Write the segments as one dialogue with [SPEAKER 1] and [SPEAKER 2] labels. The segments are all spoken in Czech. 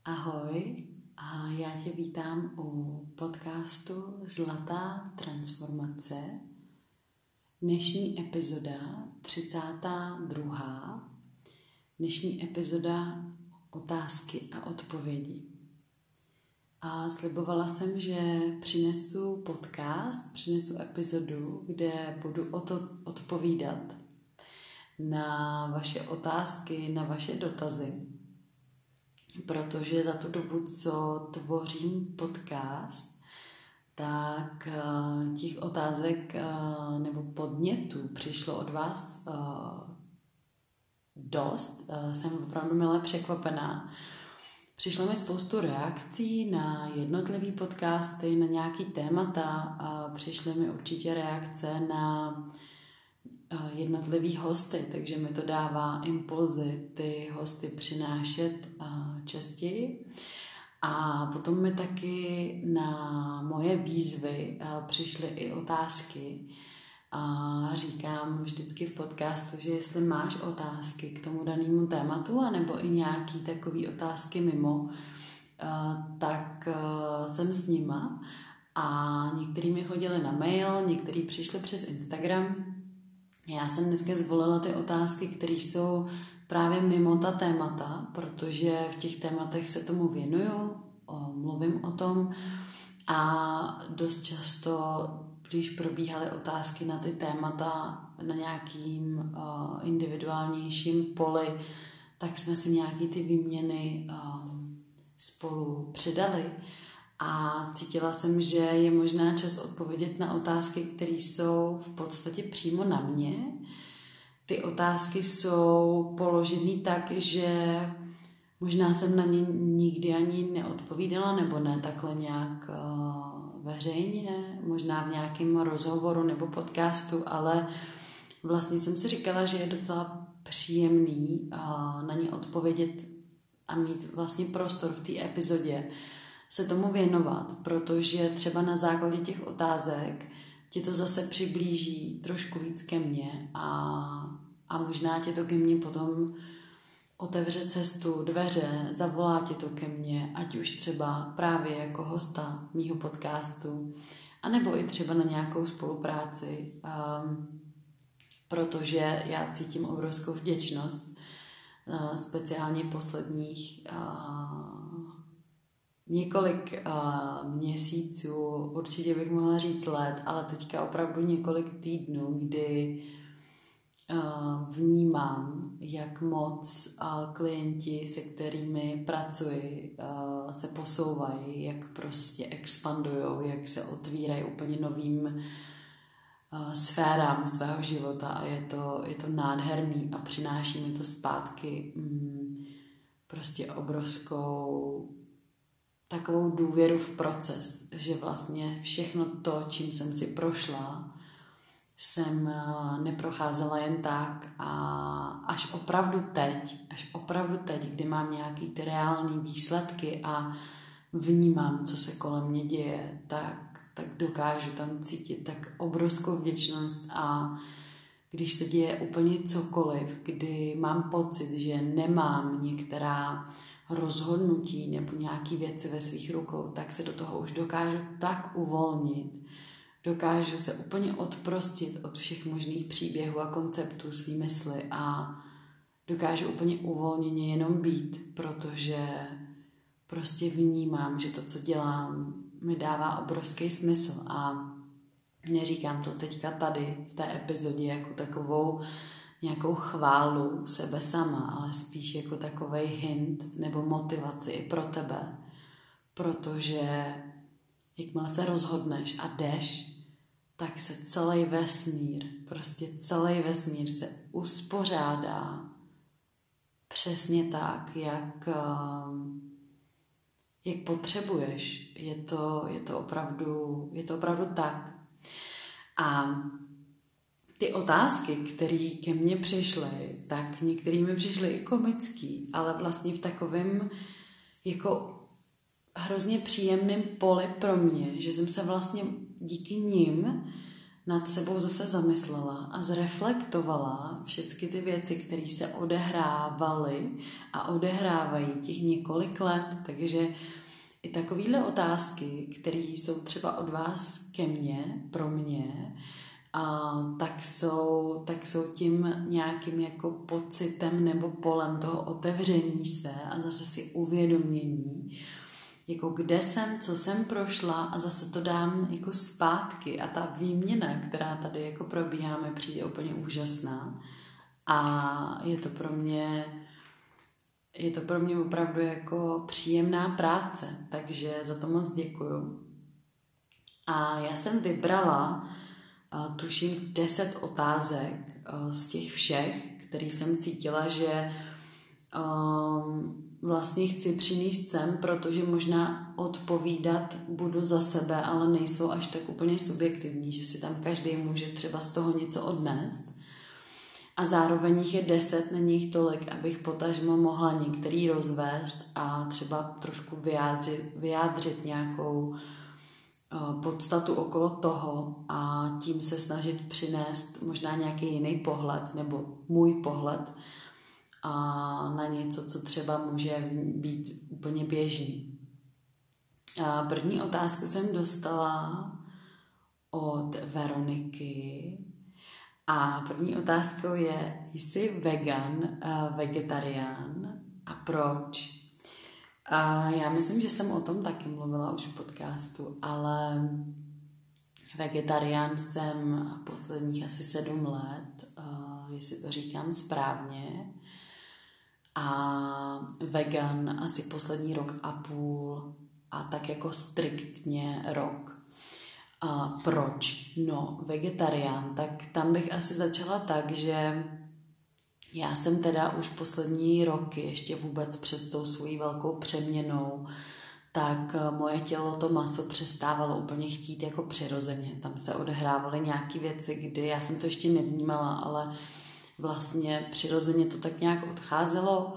[SPEAKER 1] Ahoj a já tě vítám u podcastu Zlatá transformace. Dnešní epizoda 32. Dnešní epizoda otázky a odpovědi. A slibovala jsem, že přinesu epizodu, kde budu odpovídat na vaše otázky, na vaše dotazy. Protože za tu dobu, co tvořím podcast, tak těch otázek nebo podnětů přišlo od vás dost. Jsem opravdu mile překvapená. Přišlo mi spoustu reakcí na jednotlivý podcasty, na nějaký témata. Přišly mi určitě reakce na jednotlivý hosty, takže mi to dává impulzy ty hosty přinášet častěji. A potom mi taky na moje výzvy přišly i otázky. A říkám vždycky v podcastu, že jestli máš otázky k tomu danému tématu, anebo i nějaký takový otázky mimo, tak jsem s nima. A některý mi chodili na mail, některý přišli přes Instagram. Já jsem dneska zvolila ty otázky, které jsou právě mimo ta témata, protože v těch tématech se tomu věnuju, mluvím o tom a dost často, když probíhaly otázky na ty témata na nějakým individuálnějším poli, tak jsme si nějaký ty výměny spolu předali. A cítila jsem, že je možná čas odpovědět na otázky, které jsou v podstatě přímo na mě. Ty otázky jsou položené tak, že možná jsem na ně nikdy ani neodpovídala, nebo ne takhle nějak veřejně, možná v nějakém rozhovoru nebo podcastu, ale vlastně jsem si říkala, že je docela příjemný na ně odpovědět a mít vlastně prostor v té epizodě se tomu věnovat, protože třeba na základě těch otázek tě to zase přiblíží trošku víc ke mně a možná tě to ke mně potom otevře cestu, dveře, zavolá tě to ke mně, ať už třeba právě jako hosta mýho podcastu, anebo i třeba na nějakou spolupráci, protože já cítím obrovskou vděčnost, speciálně posledních několik měsíců, určitě bych mohla říct let, ale teďka opravdu několik týdnů, kdy vnímám, jak moc klienti, se kterými pracuji, se posouvají, jak prostě expandujou, jak se otvírají úplně novým sférám svého života a je to nádherný a přináší mi to zpátky prostě obrovskou takovou důvěru v proces, že vlastně všechno to, čím jsem si prošla, jsem neprocházela jen tak a až opravdu teď, kdy mám nějaký ty reální výsledky a vnímám, co se kolem mě děje, tak dokážu tam cítit tak obrovskou vděčnost a když se děje úplně cokoliv, kdy mám pocit, že nemám některá rozhodnutí nebo nějaké věci ve svých rukou, tak se do toho už dokážu tak uvolnit. Dokážu se úplně odprostit od všech možných příběhů a konceptů svý mysli a dokážu úplně uvolněně jenom být, protože prostě vnímám, že to, co dělám, mi dává obrovský smysl a neříkám to teďka tady v té epizodě jako takovou nějakou chválu sebe sama, ale spíš jako takovej hint nebo motivaci i pro tebe, protože jakmile se rozhodneš a jdeš, tak se celý vesmír se uspořádá přesně tak, jak potřebuješ. Je to opravdu tak. A ty otázky, které ke mně přišly, tak některými přišly i komický, ale vlastně v takovém jako hrozně příjemném poli pro mě, že jsem se vlastně díky nim nad sebou zase zamyslela a zreflektovala všechny ty věci, které se odehrávaly a odehrávají těch několik let, takže i takovýhle otázky, které jsou třeba od vás ke mně, pro mě, tak jsou tím nějakým jako pocitem nebo polem toho otevření se a zase si uvědomění, jako kde jsem, co jsem prošla a zase to dám jako zpátky a ta výměna, která tady jako probíhá, mi přijde úplně úžasná a je to pro mě opravdu jako příjemná práce, takže za to moc děkuju. A já jsem vybrala tuším 10 otázek z těch všech, který jsem cítila, že vlastně chci přinést sem, protože možná odpovídat budu za sebe, ale nejsou až tak úplně subjektivní, že si tam každý může třeba z toho něco odnést. A zároveň jich je 10, není jich tolik, abych potažmo mohla některý rozvést a třeba trošku vyjádřit nějakou podstatu okolo toho a tím se snažit přinést možná nějaký jiný pohled nebo můj pohled na něco, co třeba může být úplně běžný. První otázku jsem dostala od Veroniky a první otázkou je, jsi vegan, vegetarián a proč? Já myslím, že jsem o tom taky mluvila už v podcastu, ale vegetarián jsem posledních asi 7 let, jestli to říkám správně, a vegan asi poslední 1,5 roku a tak jako striktně rok. Proč? No, vegetarián, tak tam bych asi začala tak, že já jsem teda už poslední roky, ještě vůbec před tou svojí velkou přeměnou, tak moje tělo to maso přestávalo úplně chtít jako přirozeně. Tam se odehrávaly nějaké věci, kdy já jsem to ještě nevnímala, ale vlastně přirozeně to tak nějak odcházelo,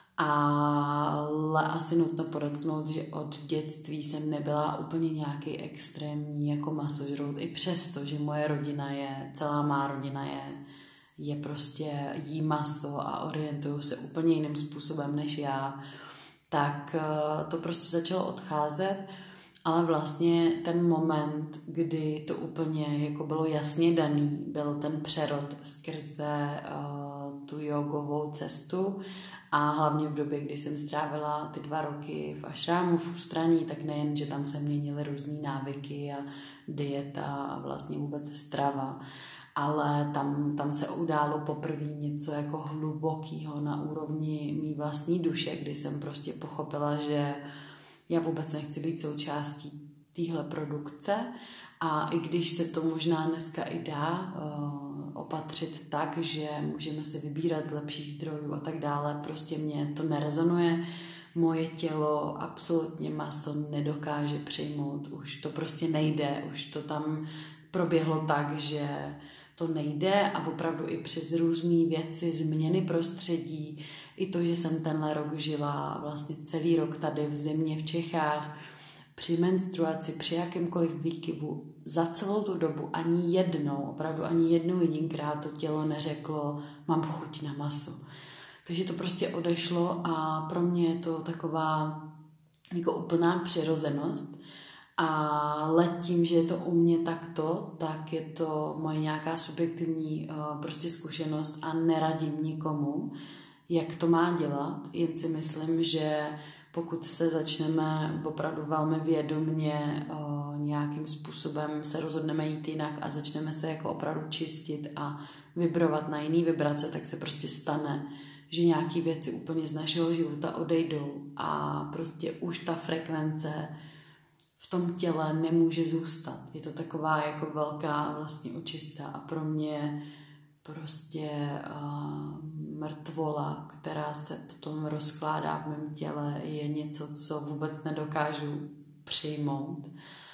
[SPEAKER 1] ale asi nutno podotknout, že od dětství jsem nebyla úplně nějaký extrémní jako masožrout, i přesto, že moje rodina celá má rodina je prostě jí maso a orientují se úplně jiným způsobem než já, tak to prostě začalo odcházet, ale vlastně ten moment, kdy to úplně jako bylo jasně daný, byl ten přerod skrze tu jogovou cestu a hlavně v době, kdy jsem strávila ty 2 roky v ašrámu, v ústraní, tak nejen, že tam se měnily různý návyky a dieta a vlastně vůbec strava, ale tam se událo poprvé něco jako hlubokýho na úrovni mý vlastní duše, kdy jsem prostě pochopila, že já vůbec nechci být součástí téhle produkce a i když se to možná dneska i dá opatřit tak, že můžeme si vybírat z lepších zdrojů a tak dále, prostě mě to nerezonuje, moje tělo absolutně maso nedokáže přijmout, už to prostě nejde, už to tam proběhlo tak, že to nejde a opravdu i přes různé věci, změny prostředí, i to, že jsem tenhle rok žila vlastně celý rok tady v zimě v Čechách, při menstruaci, při jakémkoliv výkyvu, za celou tu dobu opravdu ani jednou jedinkrát to tělo neřeklo, mám chuť na maso. Takže to prostě odešlo a pro mě je to taková jako úplná přirozenost. Ale tím, že je to u mě takto, tak je to moje nějaká subjektivní prostě zkušenost a neradím nikomu, jak to má dělat. Jen si myslím, že pokud se začneme opravdu velmi vědomně nějakým způsobem se rozhodneme jít jinak a začneme se jako opravdu čistit a vibrovat na jiný vibrace, tak se prostě stane, že nějaký věci úplně z našeho života odejdou a prostě už ta frekvence v tom těle nemůže zůstat. Je to taková jako velká vlastně očista a pro mě prostě mrtvola, která se potom rozkládá v mém těle, je něco, co vůbec nedokážu přijmout.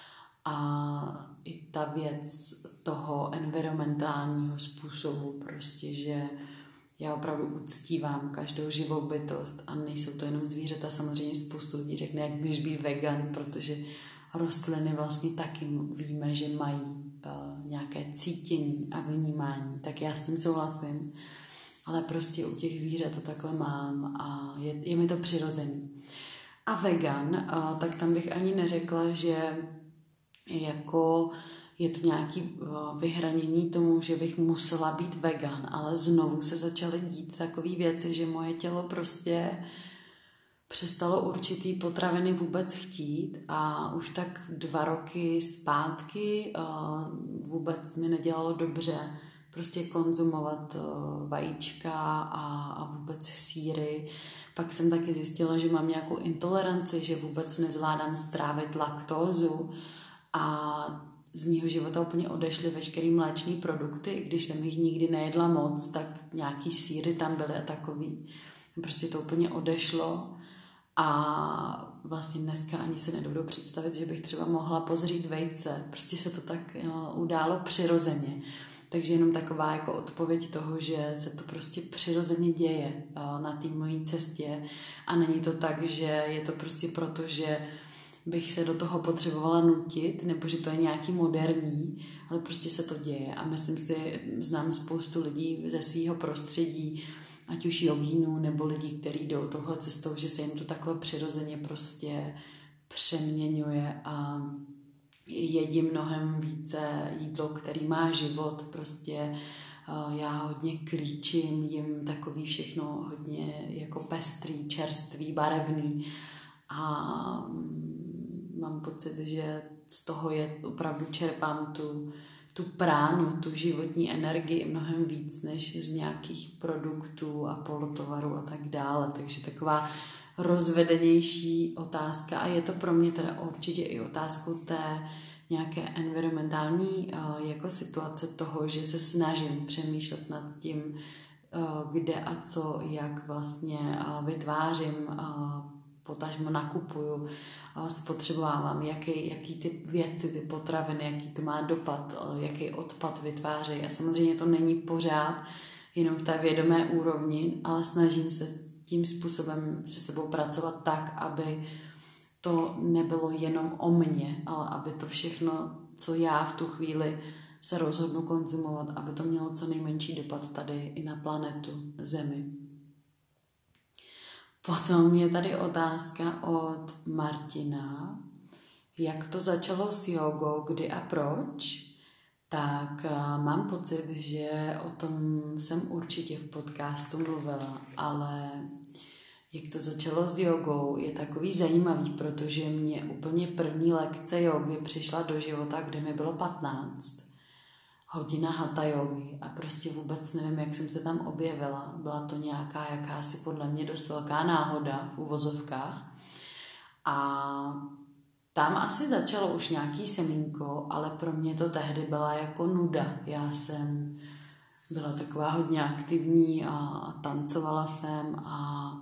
[SPEAKER 1] A i ta věc toho environmentálního způsobu prostě, že já opravdu uctívám každou živou bytost a nejsou to jenom zvířata. Samozřejmě spoustu lidí řekne, jak můžeš být vegan, protože rostliny vlastně taky víme, že mají nějaké cítění a vnímání, tak já s tím souhlasím, ale prostě u těch zvířat to takhle mám a je mi to přirozený. A vegan, tak tam bych ani neřekla, že jako je to nějaký vyhranění tomu, že bych musela být vegan, ale znovu se začaly dít takové věci, že moje tělo prostě přestalo určitý potraviny vůbec chtít a už tak 2 roky zpátky vůbec mi nedělalo dobře prostě konzumovat vajíčka a vůbec sýry. Pak jsem taky zjistila, že mám nějakou intoleranci, že vůbec nezvládám strávit laktózu a z mýho života úplně odešly veškerý mléčný produkty, i když jsem jich nikdy nejedla moc, tak nějaký sýry tam byly a takový. Prostě to úplně odešlo a vlastně dneska ani se nedovedu představit, že bych třeba mohla pozřít vejce. Prostě se to tak událo přirozeně. Takže jenom taková jako odpověď toho, že se to prostě přirozeně děje na té mojí cestě a není to tak, že je to prostě proto, že bych se do toho potřebovala nutit, nebo že to je nějaký moderní, ale prostě se to děje. A myslím si, znám spoustu lidí ze svého prostředí, ať už jogínů, nebo lidí, kteří jdou tohle cestou, že se jim to takhle přirozeně prostě přeměňuje a jedí mnohem více jídlo, který má život. Prostě já hodně klíčím, jim takový všechno hodně jako pestrý, čerstvý, barevný a mám pocit, že z toho opravdu čerpám tu pránu, tu životní energii mnohem víc, než z nějakých produktů a polotovarů a tak dále. Takže taková rozvedenější otázka a je to pro mě teda určitě i otázkou té nějaké environmentální jako situace toho, že se snažím přemýšlet nad tím, kde a co, jak vlastně vytvářím, potažmo nakupuju, spotřebovávám, jaký ty věci, ty potraviny, jaký to má dopad, jaký odpad vytvářejí. A samozřejmě to není pořád jenom v té vědomé úrovni, ale snažím se tím způsobem se sebou pracovat tak, aby to nebylo jenom o mně, ale aby to všechno, co já v tu chvíli se rozhodnu konzumovat, aby to mělo co nejmenší dopad tady i na planetu Zemi. Potom je tady otázka od Martina, jak to začalo s jogou, kdy a proč. Tak mám pocit, že o tom jsem určitě v podcastu mluvila, ale jak to začalo s jogou, je takový zajímavý, protože mě úplně první lekce jogy přišla do života, kde mi bylo 15. Hodina hatha jogy a prostě vůbec nevím, jak jsem se tam objevila. Byla to nějaká jakási podle mě dost velká náhoda v uvozovkách. A tam asi začalo už nějaký semínko, ale pro mě to tehdy byla jako nuda. Já jsem byla taková hodně aktivní a tancovala jsem a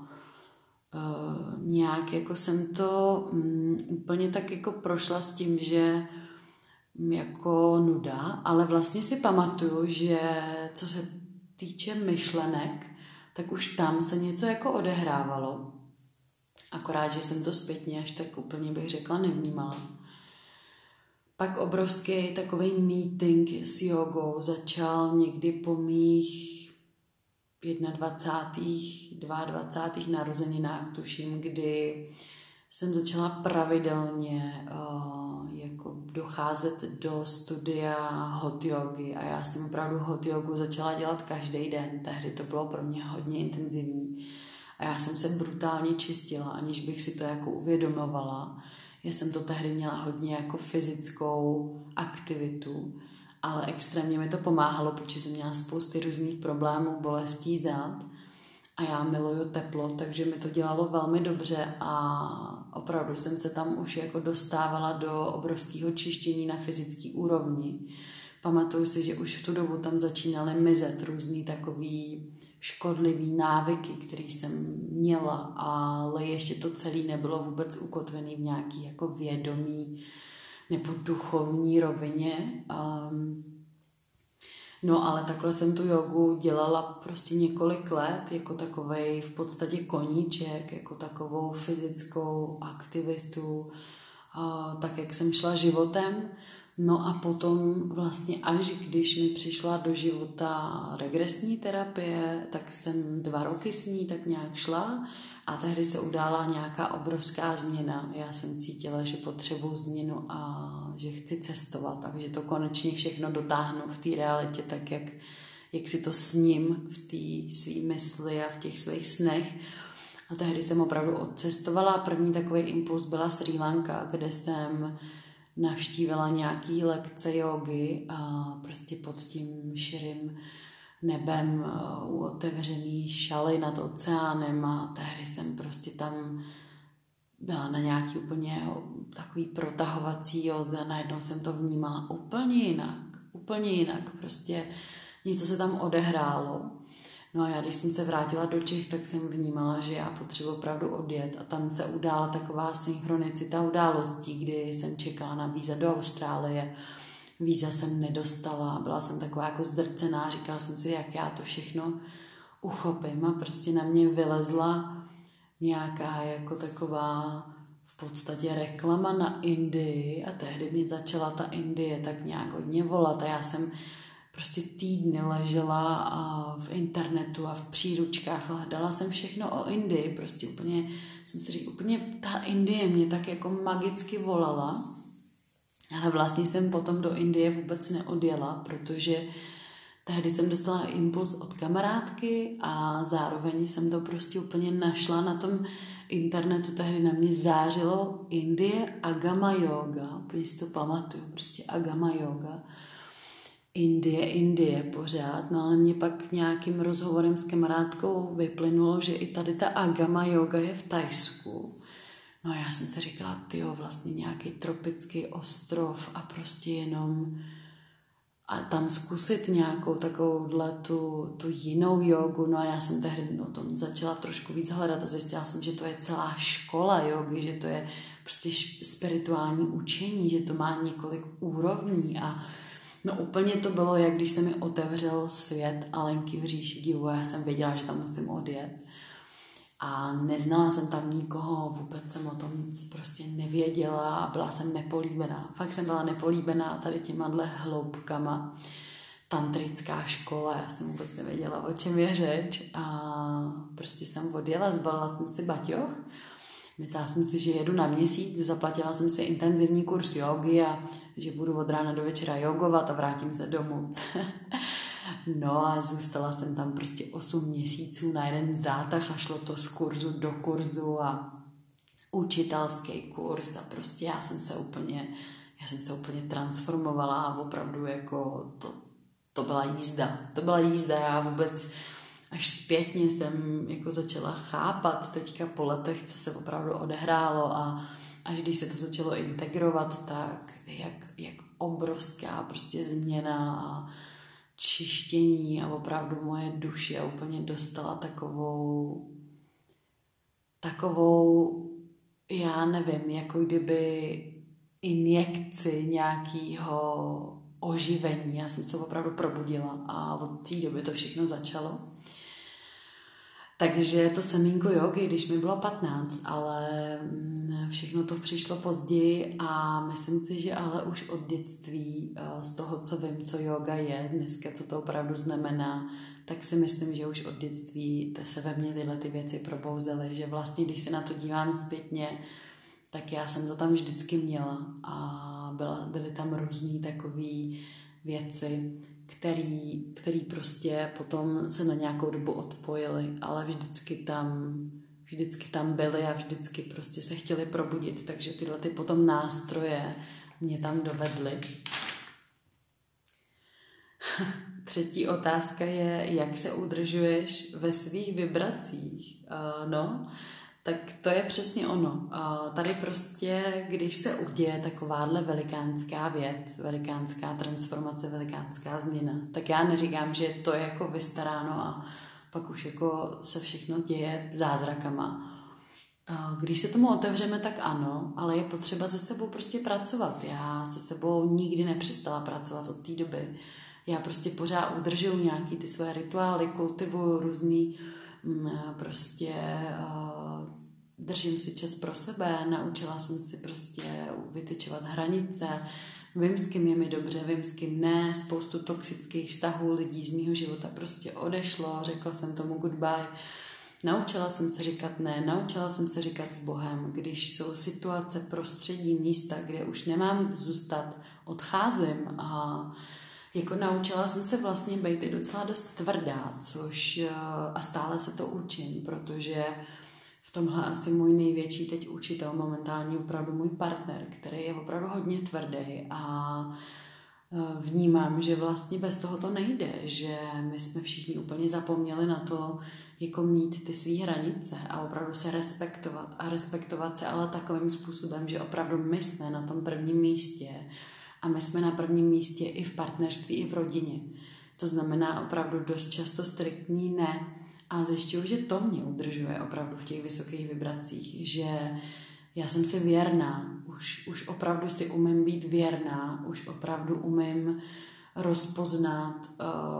[SPEAKER 1] nějak jako jsem to úplně tak jako prošla s tím, že jako nuda, ale vlastně si pamatuju, že co se týče myšlenek, tak už tam se něco jako odehrávalo. Akorát, že jsem to zpětně až tak úplně bych řekla nevnímala. Pak obrovský takovej meeting s jogou začal někdy po mých 21. 22. narozeninách, tuším, kdy jsem začala pravidelně jako docházet do studia hot jogy a já jsem opravdu hot jogu začala dělat každý den. Tehdy to bylo pro mě hodně intenzivní a já jsem se brutálně čistila, aniž bych si to jako uvědomovala. Já jsem to tehdy měla hodně jako fyzickou aktivitu, ale extrémně mi to pomáhalo, protože jsem měla spousty různých problémů, bolestí zad a já miluju teplo, takže mi to dělalo velmi dobře a opravdu jsem se tam už jako dostávala do obrovského čištění na fyzické úrovni. Pamatuju si, že už v tu dobu tam začínaly mizet různý takový škodlivý návyky, které jsem měla, ale ještě to celé nebylo vůbec ukotvené v nějaký jako vědomí nebo duchovní rovině. No ale takhle jsem tu jogu dělala prostě několik let, jako takovej v podstatě koníček, jako takovou fyzickou aktivitu. tak, jak jsem šla životem. No a potom vlastně až když mi přišla do života regresní terapie, tak jsem 2 roky s ní tak nějak šla a tehdy se udála nějaká obrovská změna. Já jsem cítila, že potřebuji změnu a že chci cestovat a že to konečně všechno dotáhnu v té realitě tak, jak si to sním v té svý mysli a v těch svých snech. A tehdy jsem opravdu odcestovala. První takový impuls byla Srí Lanka, kde jsem navštívila nějaký lekce jógy a prostě pod tím širým nebem u otevřený šaly nad oceánem a tehdy jsem prostě tam byla na nějaký úplně takový protahovací józe a najednou jsem to vnímala úplně jinak, prostě něco se tam odehrálo. No a já, když jsem se vrátila do Čech, tak jsem vnímala, že já potřebuji opravdu odjet a tam se udála taková synchronicita událostí, kdy jsem čekala na víza do Austrálie. Víza jsem nedostala, byla jsem taková jako zdrcená, říkala jsem si, jak já to všechno uchopím a prostě na mě vylezla nějaká jako taková v podstatě reklama na Indii a tehdy mě začala ta Indie tak nějak hodně volat a já jsem prostě týdny ležela v internetu a v příručkách, hledala jsem všechno o Indii, prostě úplně, jsem si říkala, úplně ta Indie mě tak jako magicky volala, ale vlastně jsem potom do Indie vůbec neodjela, protože tehdy jsem dostala impuls od kamarádky a zároveň jsem to prostě úplně našla na tom internetu, tehdy na mě zářilo Indie, Agama yoga, úplně si to pamatuju, prostě Agama yoga. Indie pořád, no ale mě pak nějakým rozhovorem s kamarádkou vyplynulo, že i tady ta Agama yoga je v Thajsku. No a já jsem si říkala, tyjo, vlastně nějaký tropický ostrov a prostě jenom a tam zkusit nějakou takovouhle tu jinou jogu. No a já jsem tehdy o tom začala trošku víc hledat a zjistila jsem, že to je celá škola jogy, že to je prostě spirituální učení, že to má několik úrovní a no úplně to bylo, jak když se mi otevřel svět Alenky v říši divu a já jsem věděla, že tam musím odjet. A neznala jsem tam nikoho, vůbec jsem o tom nic prostě nevěděla a byla jsem nepolíbená. Fakt jsem byla nepolíbená tady těma hloubkama. Tantrická škola, já jsem vůbec nevěděla, o čem je řeč a prostě jsem odjela, zbalila jsem si baťoch. Myslela jsem si, že jedu na měsíc, zaplatila jsem si intenzivní kurz jogy a že budu od rána do večera jogovat a vrátím se domů. No a zůstala jsem tam prostě 8 měsíců na jeden zátah a šlo to z kurzu do kurzu a učitelský kurz a prostě já jsem se úplně transformovala a opravdu jako to byla jízda. To byla jízda, já vůbec až zpětně jsem jako začala chápat teďka po letech, co se opravdu odehrálo a až když se to začalo integrovat, tak jak obrovská prostě změna a čištění a opravdu moje duše úplně dostala takovou, já nevím, jako kdyby injekci nějakého oživení. Já jsem se opravdu probudila a od té doby to všechno začalo. Takže to semínko jogy, když mi bylo 15, ale všechno to přišlo později a myslím si, že ale už od dětství, z toho, co vím, co yoga je dneska, co to opravdu znamená, tak si myslím, že už od dětství se ve mně tyhle ty věci probouzely, že vlastně, když se na to dívám zpětně, tak já jsem to tam vždycky měla a byly tam různý takový věci, který prostě potom se na nějakou dobu odpojily, ale vždycky tam byly a vždycky prostě se chtěli probudit, takže tyhle ty potom nástroje mě tam dovedly. Třetí otázka je, jak se udržuješ ve svých vibracích. Tak to je přesně ono. Tady prostě, když se uděje takováhle velikánská věc, velikánská transformace, velikánská změna, tak já neříkám, že to je jako vystaráno a pak už jako se všechno děje zázrakama. Když se tomu otevřeme, tak ano, ale je potřeba se sebou prostě pracovat. Já se sebou nikdy nepřestala pracovat od té doby. Já prostě pořád udržuju nějaký ty své rituály, kultivuju různý prostě držím si čas pro sebe, naučila jsem si prostě vytyčovat hranice, vím, s kým je mi dobře, vím, s kým ne, spoustu toxických vztahů lidí z mýho života prostě odešlo, řekla jsem tomu goodbye, naučila jsem se říkat ne, naučila jsem se říkat s Bohem, když jsou situace, prostředí, místa, kde už nemám zůstat, odcházím a jako naučila jsem se vlastně být i docela dost tvrdá, a stále se to učím, protože v tomhle asi můj největší teď učitel momentální opravdu můj partner, který je opravdu hodně tvrdý a vnímám, že vlastně bez toho to nejde, že my jsme všichni úplně zapomněli na to, jako mít ty svý hranice a opravdu se respektovat a respektovat se ale takovým způsobem, že opravdu my jsme na tom prvním místě a my jsme na prvním místě i v partnerství, i v rodině. To znamená opravdu dost často striktní ne a zjišťuju, že to mě udržuje opravdu v těch vysokých vibracích, že já jsem si věrná, už opravdu si umím být věrná, už opravdu umím rozpoznat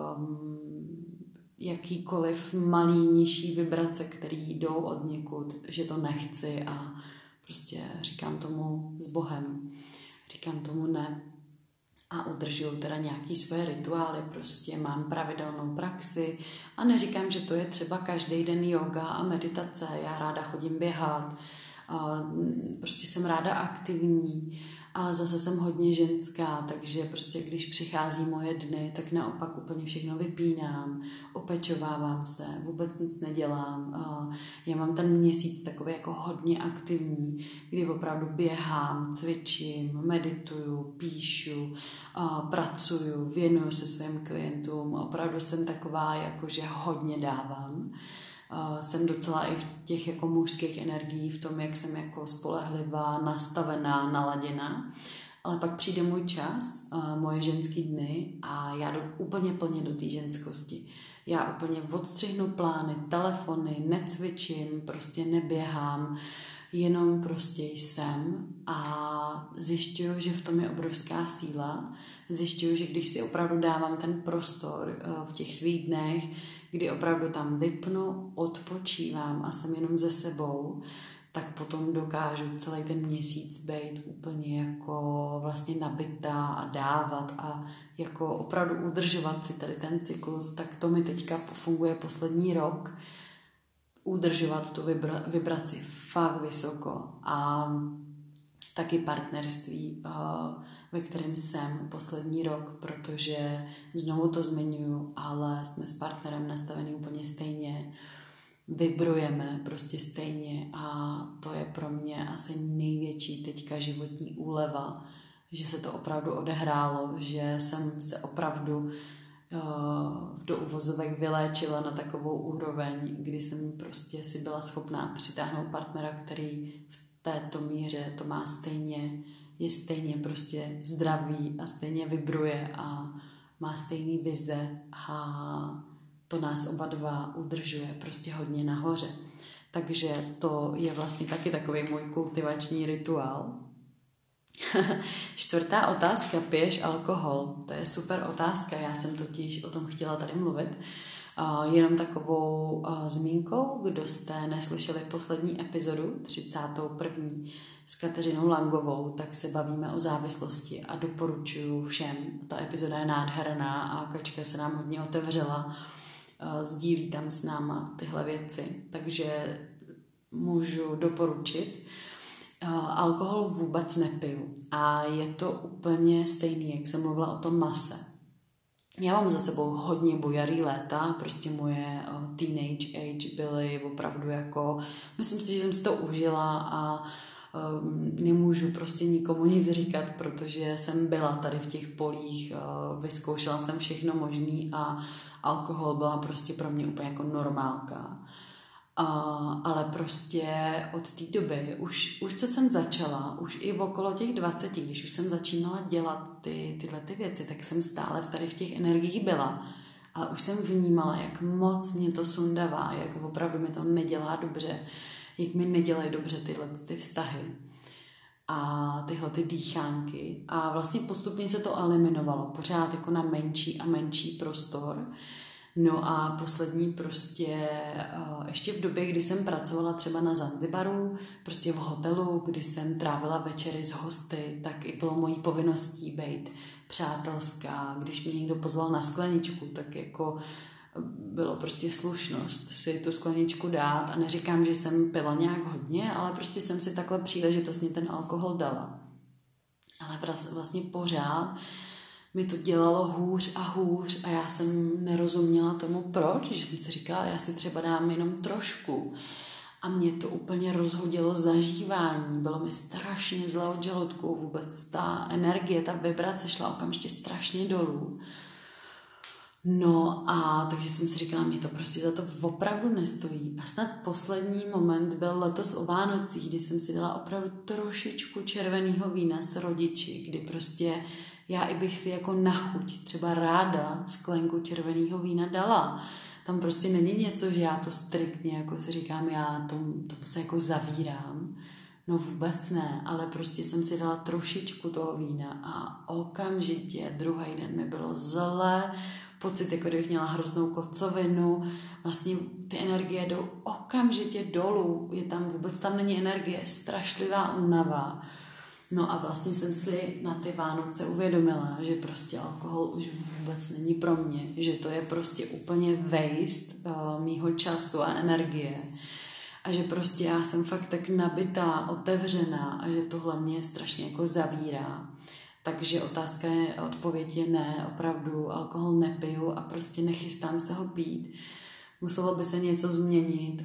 [SPEAKER 1] jakýkoliv malý, nižší vibrace, který jdou od někud, že to nechci a prostě říkám tomu s Bohem, říkám tomu ne a udržuju teda nějaký svoje rituály, prostě mám pravidelnou praxi a neříkám, že to je třeba každý den yoga a meditace, já ráda chodím běhat, prostě jsem ráda aktivní, ale zase jsem hodně ženská, takže prostě když přichází moje dny, tak naopak úplně všechno vypínám, opečovávám se, vůbec nic nedělám. Já mám ten měsíc takový jako hodně aktivní, kdy opravdu běhám, cvičím, medituju, píšu, pracuju, věnuju se svým klientům, opravdu jsem taková, jako že hodně dávám. Jsem docela i v těch jako mužských energií, v tom, jak jsem jako spolehlivá, nastavená, naladěná. Ale pak přijde můj čas, moje ženský dny a já jdu úplně plně do té ženskosti. Já úplně odstřihnu plány, telefony, necvičím, prostě neběhám, jenom prostě jsem a zjišťuju, že v tom je obrovská síla. Zjišťuju, že když si opravdu dávám ten prostor v těch svých dnech, kdy opravdu tam vypnu, odpočívám a jsem jenom ze sebou, tak potom dokážu celý ten měsíc být úplně jako vlastně nabitá a dávat a jako opravdu udržovat si tady ten cyklus, tak to mi teďka funguje poslední rok, udržovat tu vibraci fakt vysoko a taky partnerství, ve kterém jsem poslední rok, protože znovu to zmiňuju, ale jsme s partnerem nastavení úplně stejně, vibrujeme prostě stejně a to je pro mě asi největší teďka životní úleva, že se to opravdu odehrálo, že jsem se opravdu do uvozovek vyléčila na takovou úroveň, kdy jsem prostě si byla schopná přitáhnout partnera, který v této míře to má stejně, je stejně prostě zdravý a stejně vibruje a má stejný vize a to nás oba dva udržuje prostě hodně nahoře. Takže to je vlastně taky takový můj kultivační rituál. Čtvrtá otázka, piješ alkohol? To je super otázka, já jsem totiž o tom chtěla tady mluvit. Jenom takovou zmínkou, kdo jste neslyšeli poslední epizodu, 31. s Kateřinou Langovou, tak se bavíme o závislosti a doporučuji všem. Ta epizoda je nádherná a Kačka se nám hodně otevřela, sdílí tam s náma tyhle věci, takže můžu doporučit. Alkohol vůbec nepiju a je to úplně stejný, jak jsem mluvila o tom mase. Já mám za sebou hodně bujarý léta, prostě moje teenage age byly opravdu jako, myslím si, že jsem si to užila a nemůžu prostě nikomu nic říkat, protože jsem byla tady v těch polích, vyzkoušela jsem všechno možný a alkohol byla prostě pro mě úplně jako normálka. Ale prostě od té doby, už co jsem začala, už i okolo těch 20, když už jsem začínala dělat tyhle věci, tak jsem stále tady v těch energiích byla. Ale už jsem vnímala, jak moc mě to sundává, jak opravdu mi to nedělá dobře, jak mi nedělají dobře ty vztahy a tyhle ty dýchánky. A vlastně postupně se to eliminovalo, pořád jako na menší a menší prostor. No a poslední prostě, ještě v době, kdy jsem pracovala třeba na Zanzibaru, prostě v hotelu, kdy jsem trávila večery s hosty, tak i bylo mojí povinností být přátelská. Když mě někdo pozval na skleničku, tak jako bylo prostě slušnost si tu skleničku dát a neříkám, že jsem pila nějak hodně, ale prostě jsem si takhle příležitostně ten alkohol dala. Ale vlastně pořád mi to dělalo hůř a já jsem nerozuměla tomu proč, že jsem si říkala, já si třeba dám jenom trošku a mě to úplně rozhodilo zažívání, bylo mi strašně zle od žaludku, vůbec ta energie, ta vibrace šla okamžitě strašně dolů. No a takže jsem si říkala, mě to prostě za to opravdu nestojí. A snad poslední moment byl letos o Vánocích, kdy jsem si dala opravdu trošičku červeného vína s rodiči, kdy prostě já i bych si jako na chuť třeba ráda sklenku červeného vína dala. Tam prostě není něco, že já to striktně jako si říkám, já tomu se jako zavírám. No vůbec ne, ale prostě jsem si dala trošičku toho vína a okamžitě druhý den mi bylo zle, pocit, jako kdybych měla hroznou kocovinu, vlastně ty energie jdou okamžitě dolů, vůbec tam není energie, strašlivá únava. No a vlastně jsem si na ty Vánoce uvědomila, že prostě alkohol už vůbec není pro mě, že to je prostě úplně waste mýho času a energie a že prostě já jsem fakt tak nabitá, otevřená a že tohle mě strašně jako zavírá. Takže odpověď je ne, opravdu alkohol nepiju a prostě nechystám se ho pít. Muselo by se něco změnit,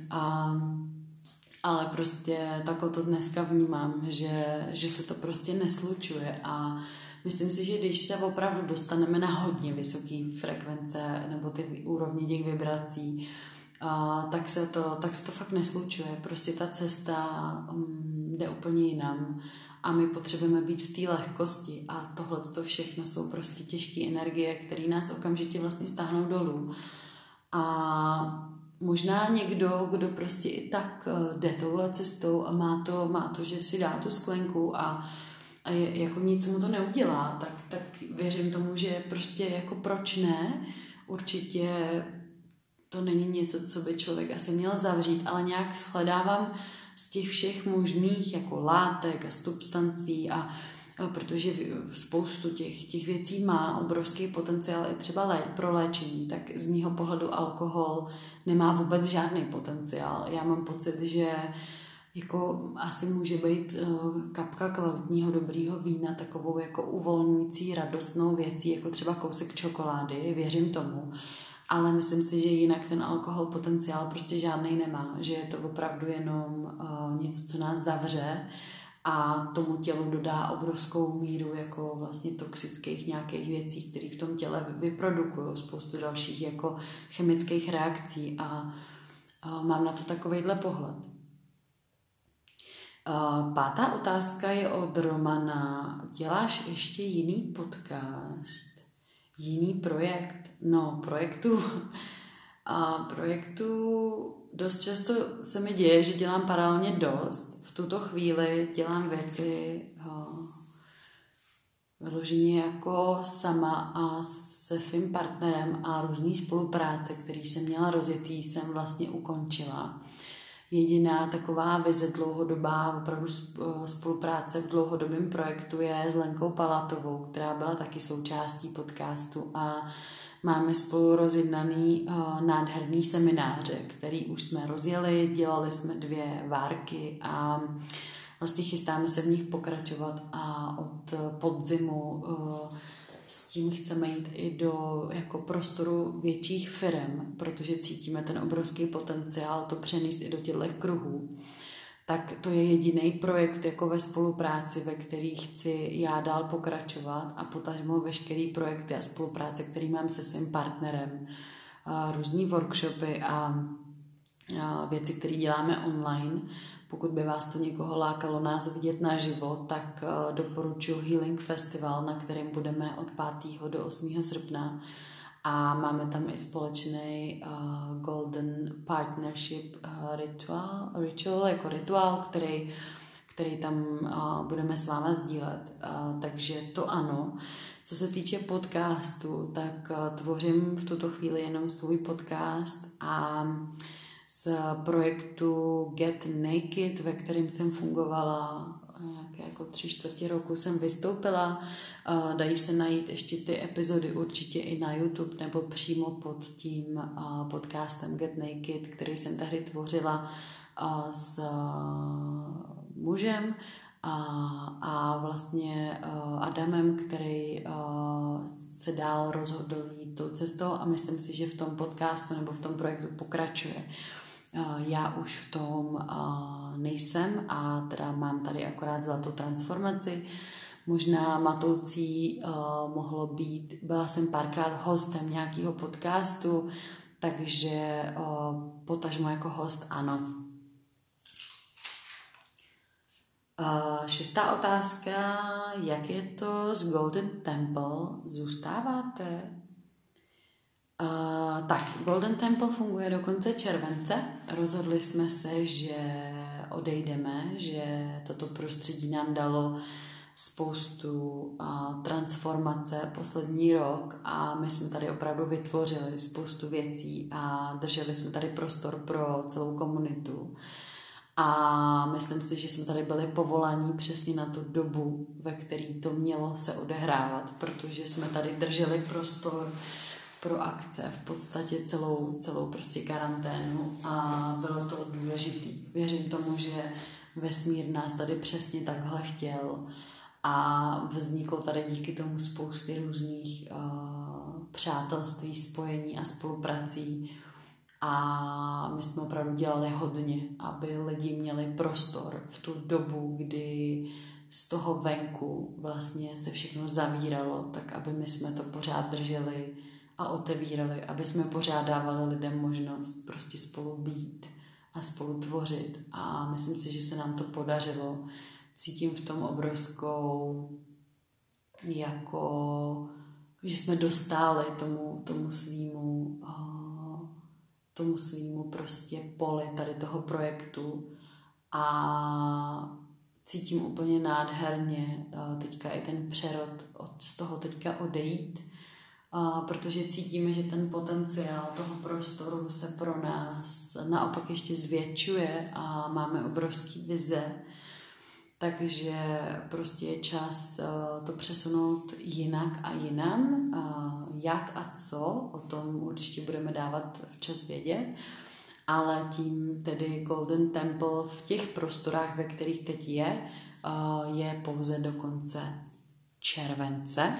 [SPEAKER 1] ale prostě takhle to dneska vnímám, že se to prostě neslučuje a myslím si, že když se opravdu dostaneme na hodně vysoké frekvence nebo ty úrovně těch vibrací, tak se to fakt neslučuje. Prostě ta cesta jde úplně jinam. A my potřebujeme být v té lehkosti a tohleto všechno jsou prostě těžké energie, které nás okamžitě vlastně stáhnou dolů. A možná někdo, kdo prostě i tak jde touhle cestou a má to, že si dá tu sklenku a jako nic mu to neudělá, tak věřím tomu, že prostě jako proč ne, určitě to není něco, co by člověk asi měl zavřít, ale nějak shledávám z těch všech možných jako látek a substancí a protože spoustu těch věcí má obrovský potenciál i třeba pro léčení, tak z mýho pohledu alkohol nemá vůbec žádný potenciál. Já mám pocit, že jako asi může být kapka kvalitního dobrýho vína takovou jako uvolňující radostnou věcí, jako třeba kousek čokolády, věřím tomu. Ale myslím si, že jinak ten alkohol potenciál prostě žádnej nemá, že je to opravdu jenom něco, co nás zavře a tomu tělu dodá obrovskou míru jako vlastně toxických nějakých věcí, které v tom těle vyprodukují spoustu dalších jako chemických reakcí a mám na to takovejhle pohled. Pátá otázka je od Romana. Děláš ještě jiný podcast? Jiný projekt? No, projektu dost často se mi děje, že dělám paralelně dost. V tuto chvíli dělám věci vyloženě jako sama a se svým partnerem a různý spolupráce, který jsem měla rozjetý, jsem vlastně ukončila. Jediná taková vize dlouhodobá opravdu spolupráce v dlouhodobém projektu je s Lenkou Palatovou, která byla taky součástí podcastu a máme spolu rozjednaný nádherný semináře, který už jsme rozjeli, dělali jsme 2 várky a vlastně chystáme se v nich pokračovat a od podzimu s tím chceme jít i do jako prostoru větších firem, protože cítíme ten obrovský potenciál to přenést i do těchto kruhů. Tak to je jediný projekt jako ve spolupráci, ve který chci já dál pokračovat a potažmo veškerý projekty a spolupráce, který mám se svým partnerem. Různý workshopy a věci, které děláme online. Pokud by vás to někoho lákalo nás vidět naživo, tak doporučuji Healing Festival, na kterém budeme od 5. do 8. srpna. A máme tam i společný Golden Partnership ritual, jako rituál, který tam budeme s váma sdílet. Takže to ano. Co se týče podcastu, tak tvořím v tuto chvíli jenom svůj podcast a z projektu Get Naked, ve kterém jsem fungovala nějaké jako 3/4 roku, jsem vystoupila. Dají se najít ještě ty epizody určitě i na YouTube nebo přímo pod tím podcastem Get Naked, který jsem tehdy tvořila s mužem a vlastně Adamem, který se dál rozhodl jít tou cestou a myslím si, že v tom podcastu nebo v tom projektu pokračuje. Já už v tom nejsem a teda mám tady akorát zlatou transformaci. Možná matoucí mohlo být, byla jsem párkrát hostem nějakého podcastu, takže potažmo jako host ano. 6. otázka, jak je to s Golden Temple? Zůstáváte? Tak, Golden Temple funguje do konce července. Rozhodli jsme se, že odejdeme, že toto prostředí nám dalo spoustu transformace poslední rok a my jsme tady opravdu vytvořili spoustu věcí a drželi jsme tady prostor pro celou komunitu. A myslím si, že jsme tady byli povolaní přesně na tu dobu, ve které to mělo se odehrávat, protože jsme tady drželi prostor pro akce, v podstatě celou prostě karanténu a bylo to důležitý. Věřím tomu, že vesmír nás tady přesně takhle chtěl a vzniklo tady díky tomu spousty různých přátelství, spojení a spoluprací. A my jsme opravdu dělali hodně, aby lidi měli prostor v tu dobu, kdy z toho venku vlastně se všechno zavíralo, tak aby my jsme to pořád drželi a otevírali, aby jsme pořád dávali lidem možnost prostě spolu být a spolu tvořit. A myslím si, že se nám to podařilo. Cítím v tom obrovskou, jako, že jsme dostali tomu svýmu prostě poli tady toho projektu a cítím úplně nádherně teďka i ten přerod z toho teďka odejít, protože cítíme, že ten potenciál toho prostoru se pro nás naopak ještě zvětšuje a máme obrovský vize, takže prostě je čas to přesunout jinak a jinam. Jak a co, o tom určitě budeme dávat včas vědět, ale tím tedy Golden Temple v těch prostorách, ve kterých teď je pouze do konce července.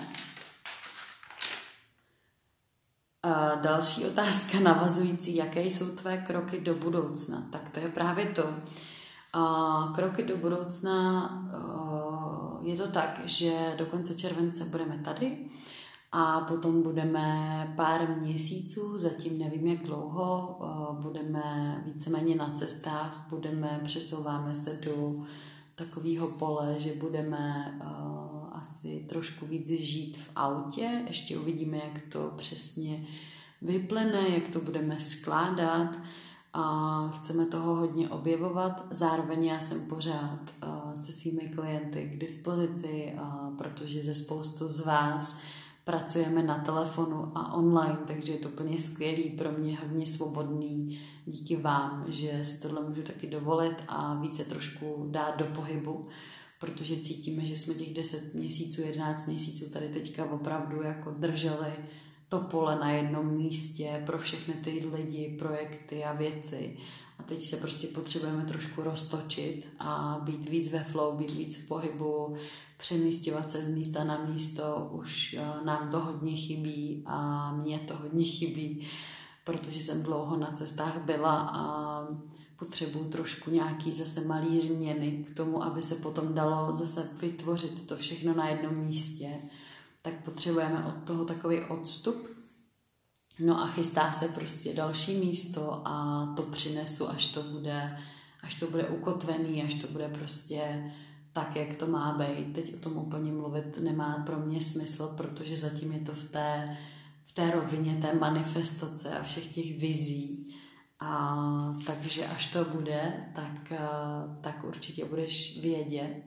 [SPEAKER 1] Další otázka navazující, jaké jsou tvé kroky do budoucna? Tak to je právě to. Kroky do budoucna je to tak, že do konce července budeme tady a potom budeme pár měsíců, zatím nevím jak dlouho, budeme víceméně na cestách, přesouváme se do takového pole, že budeme asi trošku víc žít v autě, ještě uvidíme, jak to přesně vyplyne, jak to budeme skládat. A chceme toho hodně objevovat, zároveň já jsem pořád se svými klienty k dispozici, protože ze spoustu z vás pracujeme na telefonu a online, takže je to úplně skvělý, pro mě hodně svobodný, díky vám, že si tohle můžu taky dovolit a více trošku dát do pohybu, protože cítíme, že jsme těch 10 měsíců, 11 měsíců tady teďka opravdu jako drželi to pole na jednom místě pro všechny ty lidi, projekty a věci. A teď se prostě potřebujeme trošku roztočit a být víc ve flow, být víc v pohybu, přemístěvat se z místa na místo. Už nám to hodně chybí a mně to hodně chybí, protože jsem dlouho na cestách byla a potřebuju trošku nějaký zase malý změny k tomu, aby se potom dalo zase vytvořit to všechno na jednom místě. Tak potřebujeme od toho takový odstup. No a chystá se prostě další místo a to přinesu, až to bude ukotvený, až to bude prostě tak, jak to má být. Teď o tom úplně mluvit nemá pro mě smysl, protože zatím je to v té rovině té manifestace a všech těch vizí. A takže až to bude, tak určitě budeš vědět.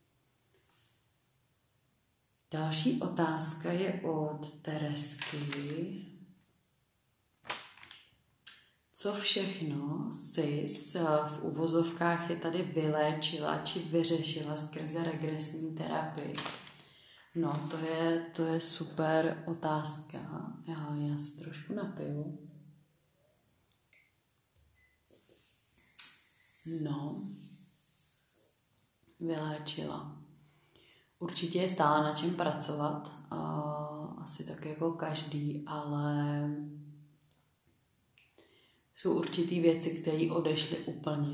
[SPEAKER 1] Další otázka je od Teresky. Co všechno jsi v uvozovkách je tady vyléčila či vyřešila skrze regresní terapii? No, to je super otázka. Já se trošku napiju. No, vyléčila. Určitě je stále na čem pracovat, asi tak jako každý, ale jsou určitý věci, které odešly úplně.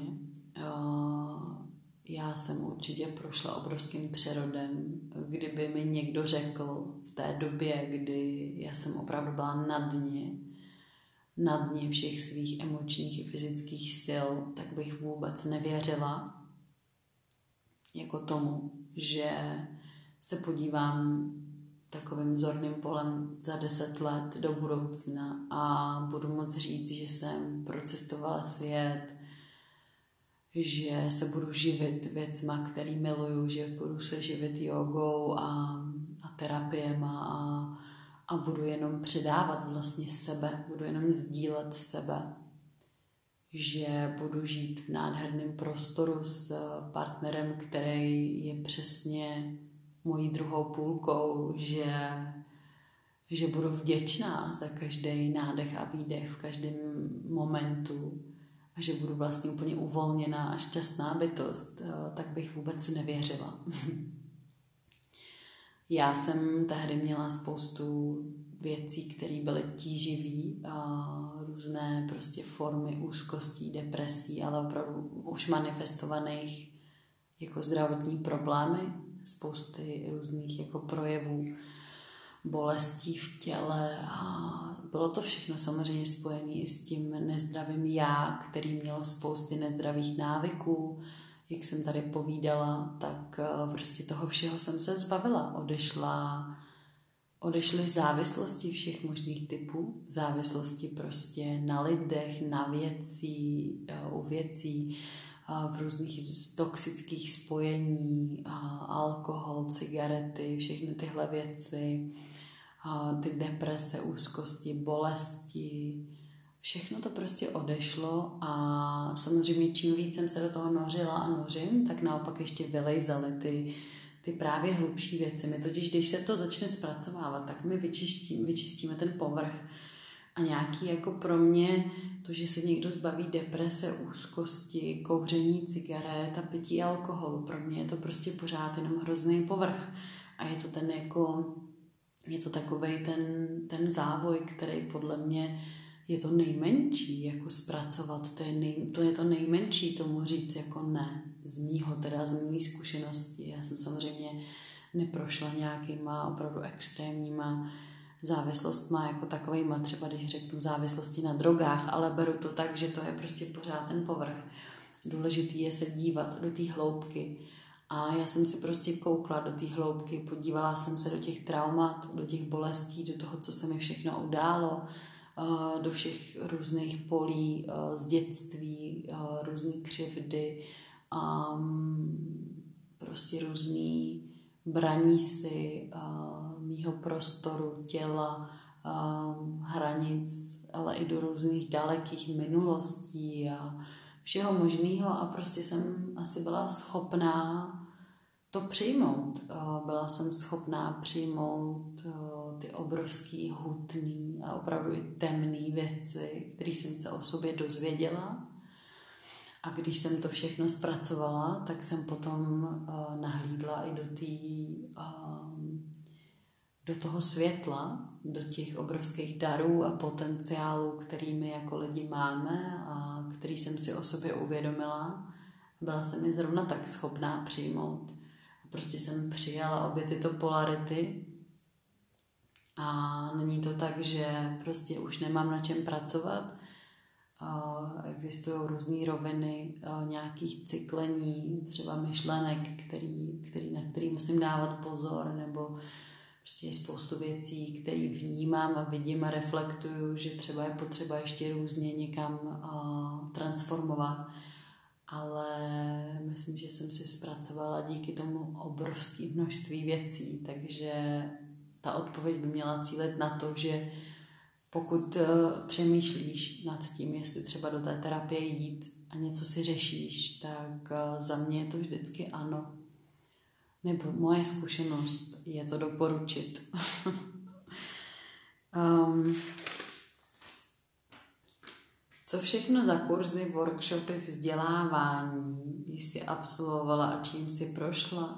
[SPEAKER 1] Já jsem určitě prošla obrovským přerodem. Kdyby mi někdo řekl v té době, kdy já jsem opravdu byla na dně všech svých emočních i fyzických sil, tak bych vůbec nevěřila jako tomu, že se podívám takovým zorným polem za 10 let do budoucna a budu moct říct, že jsem procestovala svět, že se budu živit věcma, který miluju, že budu se živit jogou a terapiema a budu jenom předávat vlastně sebe, budu jenom sdílet sebe, že budu žít v nádherném prostoru s partnerem, který je přesně mojí druhou půlkou, že budu vděčná za každý nádech a výdech v každém momentu a že budu vlastně úplně uvolněná a šťastná bytost, tak bych vůbec nevěřila. Já jsem tehdy měla spoustu věcí, které byly tíživé, různé prostě formy úzkostí, depresí, ale opravdu už manifestovaných jako zdravotní problémy, spousty různých jako projevů bolestí v těle a bylo to všechno samozřejmě spojené i s tím nezdravým já, který mělo spousty nezdravých návyků. Jak jsem tady povídala, tak prostě toho všeho jsem se zbavila. Odešly závislosti všech možných typů, závislosti prostě na lidech, na u věcí, v různých toxických spojení, alkohol, cigarety, všechny tyhle věci, ty deprese, úzkosti, bolesti, všechno to prostě odešlo a samozřejmě čím víc jsem se do toho nořila a nořím, tak naopak ještě vylejzaly ty právě hlubší věci. My totiž, když se to začne zpracovávat, tak my vyčistíme ten povrch a nějaký jako pro mě to, že se někdo zbaví deprese, úzkosti, kouření cigaret a pití alkoholu, pro mě je to prostě pořád jenom hrozný povrch a je to takovej ten závoj, který podle mě je to nejmenší, jako zpracovat, to je to nejmenší tomu říct jako ne, z mý zkušenosti. Já jsem samozřejmě neprošla nějakýma opravdu extrémníma závislostma jako takovejma, třeba když řeknu závislosti na drogách, ale beru to tak, že to je prostě pořád ten povrch. Důležitý je se dívat do té hloubky. A já jsem si prostě koukla do té hloubky, podívala jsem se do těch traumat, do těch bolestí, do toho, co se mi všechno událo, do všech různých polí z dětství, různý křivdy, prostě různý braní si mýho prostoru, těla, hranic, ale i do různých dalekých minulostí a všeho možného a prostě jsem asi byla schopná to přijmout. Byla jsem schopná přijmout ty obrovský, hutný a opravdu i temný věci, které jsem se o sobě dozvěděla. A když jsem to všechno zpracovala, tak jsem potom nahlídla i do toho světla, do těch obrovských darů a potenciálů, který my jako lidi máme a který jsem si o sobě uvědomila. Byla jsem je zrovna tak schopná přijmout. A prostě jsem přijala obě tyto polarity a není to tak, že prostě už nemám na čem pracovat. Existují různé roviny nějakých cyklení, třeba myšlenek, na který musím dávat pozor, nebo prostě je spoustu věcí, které vnímám a vidím a reflektuju, že třeba je potřeba ještě různě někam transformovat. Ale myslím, že jsem si zpracovala díky tomu obrovské množství věcí, takže ta odpověď by měla cílit na to, že pokud přemýšlíš nad tím, jestli třeba do té terapie jít a něco si řešíš, tak za mě je to vždycky ano. Nebo moje zkušenost je to doporučit. Co všechno za kurzy, workshopy, vzdělávání jsi absolvovala a čím jsi prošla?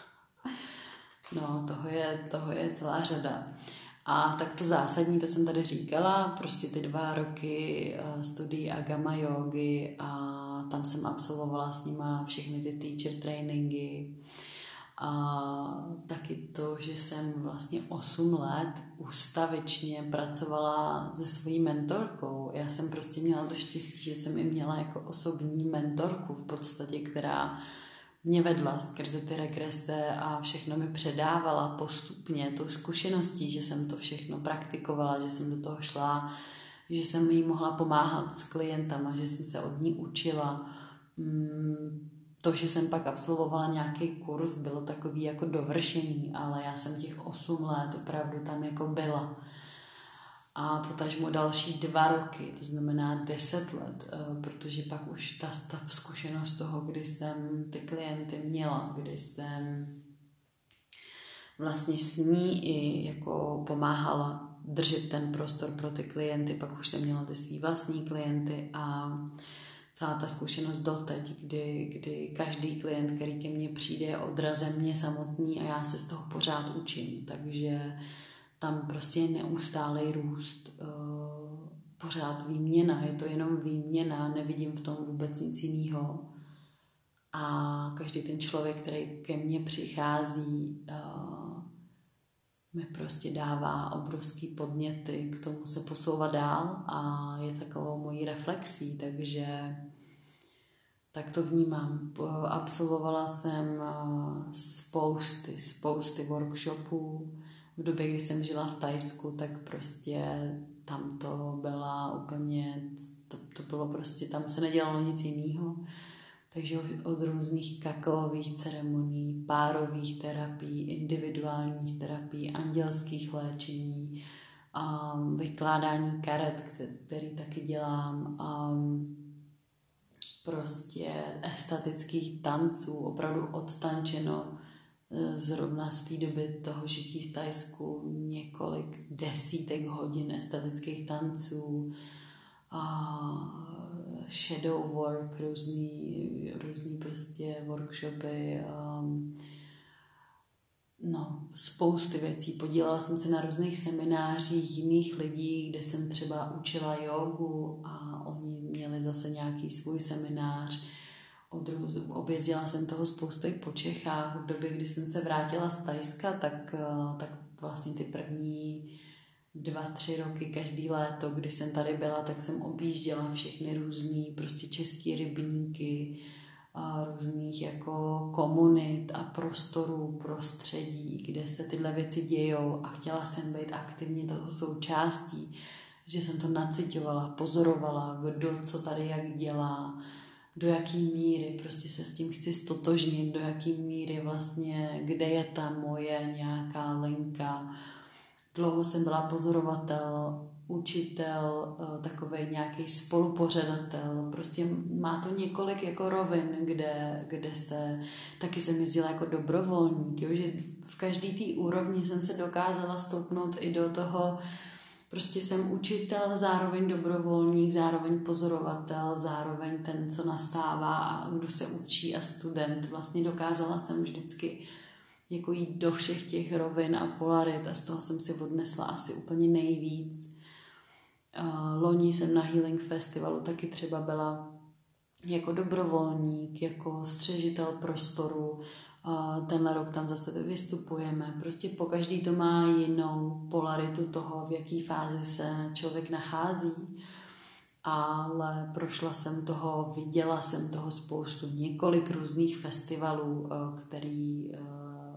[SPEAKER 1] No, toho je celá řada. A tak to zásadní, to jsem tady říkala, prostě ty 2 roky studií Agama jógy a tam jsem absolvovala s nima všechny ty teacher trainingy. A taky to, že jsem vlastně 8 let ustavičně pracovala se svojí mentorkou. Já jsem prostě měla to štěstí, že jsem i měla jako osobní mentorku v podstatě, která mě vedla skrze ty regrese a všechno mi předávala postupně tou zkušeností, že jsem to všechno praktikovala, že jsem do toho šla, že jsem jí mohla pomáhat s klientama, že jsem se od ní učila. To, že jsem pak absolvovala nějaký kurz, bylo takový jako dovršení, ale já jsem těch 8 let opravdu tam jako byla. A potažmo další 2 roky, to znamená 10 let, protože pak už ta zkušenost toho, kdy jsem ty klienty měla, kdy jsem vlastně s ní i jako pomáhala držet ten prostor pro ty klienty, pak už jsem měla ty svý vlastní klienty a celá ta zkušenost doteď, kdy každý klient, který ke mně přijde, je odrazem mě samotný a já se z toho pořád učím, takže tam prostě je neustálej růst, pořád výměna, je to jenom výměna, nevidím v tom vůbec nic jiného. A každý ten člověk, který ke mně přichází, mi prostě dává obrovský podněty k tomu se posouvat dál a je takovou mojí reflexí, takže tak to vnímám. Absolvovala jsem spousty workshopů. V době, kdy jsem žila v Thajsku, tak prostě tam to byla úplně, to bylo prostě, tam se nedělalo nic jiného. Takže od různých kakaových ceremonií, párových terapií, individuálních terapií, andělských léčení, vykládání karet, který taky dělám, prostě estetických tanců, opravdu odtančeno zrovna z té doby toho žití v Thajsku několik desítek hodin estetických tanců, shadow work, různý prostě workshopy, spousty věcí. Podílela jsem se na různých seminářích jiných lidí, kde jsem třeba učila jógu a oni měli zase nějaký svůj seminář. Objezdila jsem toho spoustu i po Čechách. V době, kdy jsem se vrátila z Thajska, tak vlastně ty první 2-3 roky každý léto, kdy jsem tady byla, tak jsem objížděla všechny různý prostě český rybníky, různých jako komunit a prostorů, prostředí, kde se tyhle věci dějou a chtěla jsem být aktivně toho součástí, že jsem to nacitovala, pozorovala, kdo co tady jak dělá, do jaký míry prostě se s tím chci stotožnit, do jaký míry vlastně, kde je ta moje nějaká linka. Dlouho jsem byla pozorovatel, učitel, takovej nějaký spolupořadatel, prostě má to několik jako rovin, kde se, taky jsem jezdila jako dobrovolník, jo, že v každý té úrovni jsem se dokázala stoupnout i do toho, prostě jsem učitel, zároveň dobrovolník, zároveň pozorovatel, zároveň ten, co nastává a kdo se učí a student. Vlastně dokázala jsem vždycky jako jít do všech těch rovin a polarit a z toho jsem si odnesla asi úplně nejvíc. Loni jsem na Healing Festivalu taky třeba byla jako dobrovolník, jako střežitel prostoru. Tenhle rok tam zase vystupujeme. Prostě pokaždý to má jinou polaritu toho, v jaký fázi se člověk nachází. Ale prošla jsem toho, viděla jsem toho spoustu, několik různých festivalů, který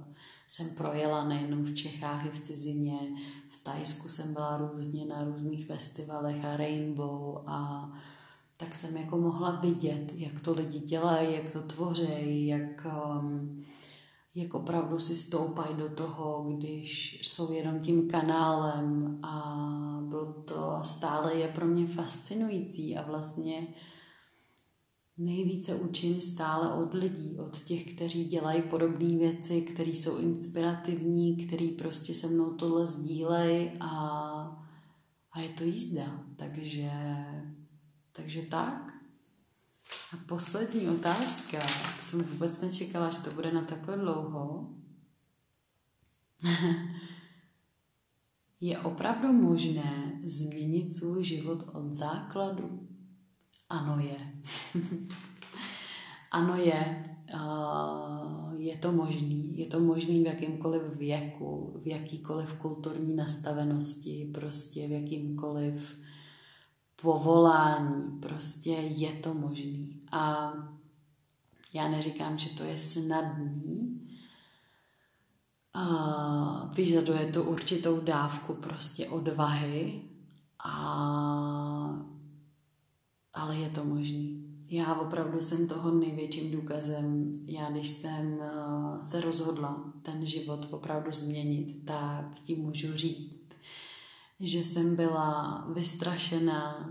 [SPEAKER 1] jsem projela nejenom v Čechách, i v cizině. V Thajsku jsem byla různě na různých festivalech a Rainbow a tak jsem jako mohla vidět, jak to lidi dělají, jak to tvoří, jak opravdu si stoupají do toho, když jsou jenom tím kanálem a bylo to stále je pro mě fascinující a vlastně nejvíce učím stále od lidí, od těch, kteří dělají podobné věci, kteří jsou inspirativní, kteří prostě se mnou tohle sdílejí a je to jízda. Takže tak. A poslední otázka. To jsem vůbec nečekala, že to bude na takhle dlouho. Je opravdu možné změnit svůj život od základu? Ano je. Ano je. Je to možný. Je to možný v jakýmkoliv věku, v jakýkoliv kulturní nastavenosti, prostě v jakýmkoliv povolání. Prostě je to možný. A já neříkám, že to je snadný. Vyžaduje to určitou dávku prostě odvahy, ale je to možný. Já opravdu jsem toho největším důkazem. Já když jsem se rozhodla ten život opravdu změnit, tak ti můžu říct, že jsem byla vystrašená,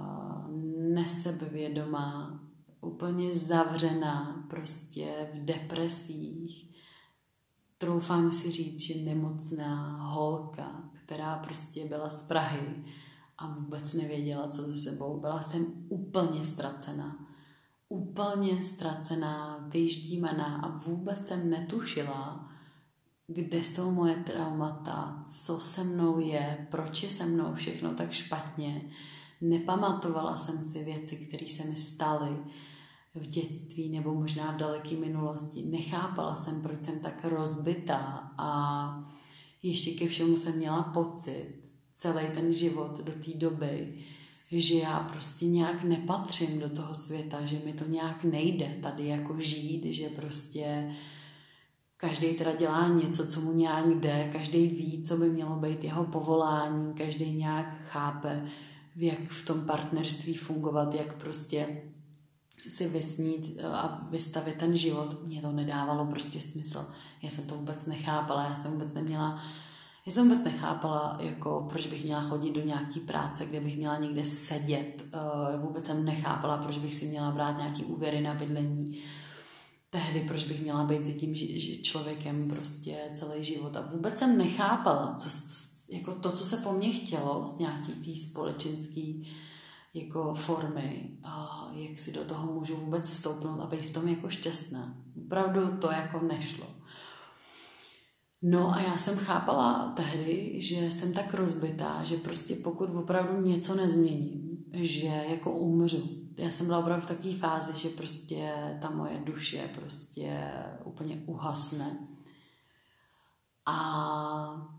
[SPEAKER 1] nesebevědomá, úplně zavřená prostě v depresích. Troufám si říct, že nemocná holka, která prostě byla z Prahy a vůbec nevěděla, co se sebou. Byla jsem úplně ztracená, vyždímaná a vůbec jsem netušila, kde jsou moje traumata, co se mnou je, proč je se mnou všechno tak špatně. Nepamatovala jsem si věci, které se mi staly v dětství nebo možná v daleké minulosti. Nechápala jsem, proč jsem tak rozbitá a ještě ke všemu jsem měla pocit celý ten život do té doby, že já prostě nějak nepatřím do toho světa, že mi to nějak nejde tady jako žít, že prostě každý teda dělá něco, co mu nějak jde, každý ví, co by mělo být jeho povolání, každý nějak chápe, jak v tom partnerství fungovat, jak prostě si vysnít a vystavit ten život. Mně to nedávalo prostě smysl. Já jsem to vůbec nechápala, já jsem vůbec nechápala, jako proč bych měla chodit do nějaký práce, kde bych měla někde sedět. Vůbec jsem nechápala, proč bych si měla brát nějaký úvěry na bydlení. Tehdy, proč bych měla být s tím člověkem prostě celý život. A vůbec jsem nechápala, jako to, co se po mně chtělo z nějaký té společenské jako formy, jak si do toho můžu vůbec stoupnout a být v tom jako šťastná. Opravdu to jako nešlo. No a já jsem chápala tehdy, že jsem tak rozbitá, že prostě pokud opravdu něco nezměním, že jako umřu. Já jsem byla opravdu v takové fázi, že prostě ta moje duše prostě úplně uhasne. A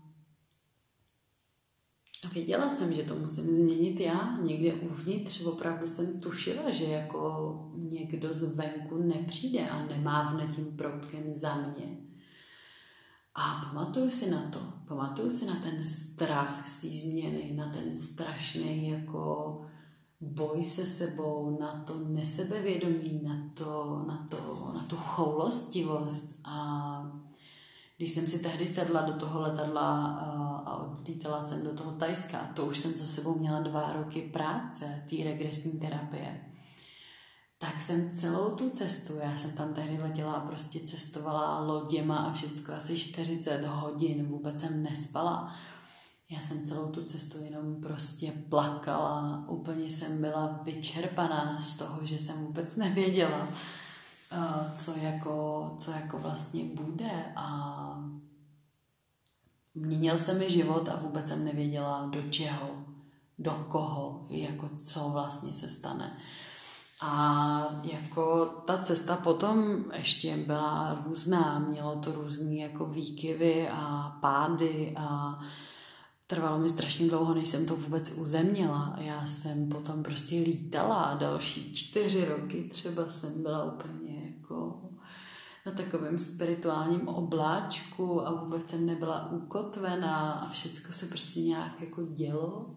[SPEAKER 1] věděla jsem, že to musím změnit já. Někde uvnitř opravdu jsem tušila, že jako někdo zvenku nepřijde a nemávne tím proutkem za mě. A pamatuju si na ten strach z té změny, na ten strašný jako boj se sebou, na to nesebevědomí, na tu choulostivost. A když jsem si tehdy sedla do toho letadla a odlítala jsem do toho Thajska, a to už jsem za sebou měla 2 roky práce, té regresní terapie, tak jsem celou tu cestu, já jsem tam tehdy letěla a prostě cestovala loděma a všechno asi 40 hodin, vůbec jsem nespala. Já jsem celou tu cestu jenom prostě plakala, úplně jsem byla vyčerpaná z toho, že jsem vůbec nevěděla, co jako vlastně bude a měnil se mi život a vůbec jsem nevěděla do čeho, do koho, jako co vlastně se stane. A jako ta cesta potom ještě byla různá, mělo to různý jako výkyvy a pády a trvalo mi strašně dlouho, než jsem to vůbec uzemnila. Já jsem potom prostě lítala a další 4 roky třeba jsem byla úplně jako na takovém spirituálním obláčku a vůbec jsem nebyla ukotvená a všecko se prostě nějak jako dělo.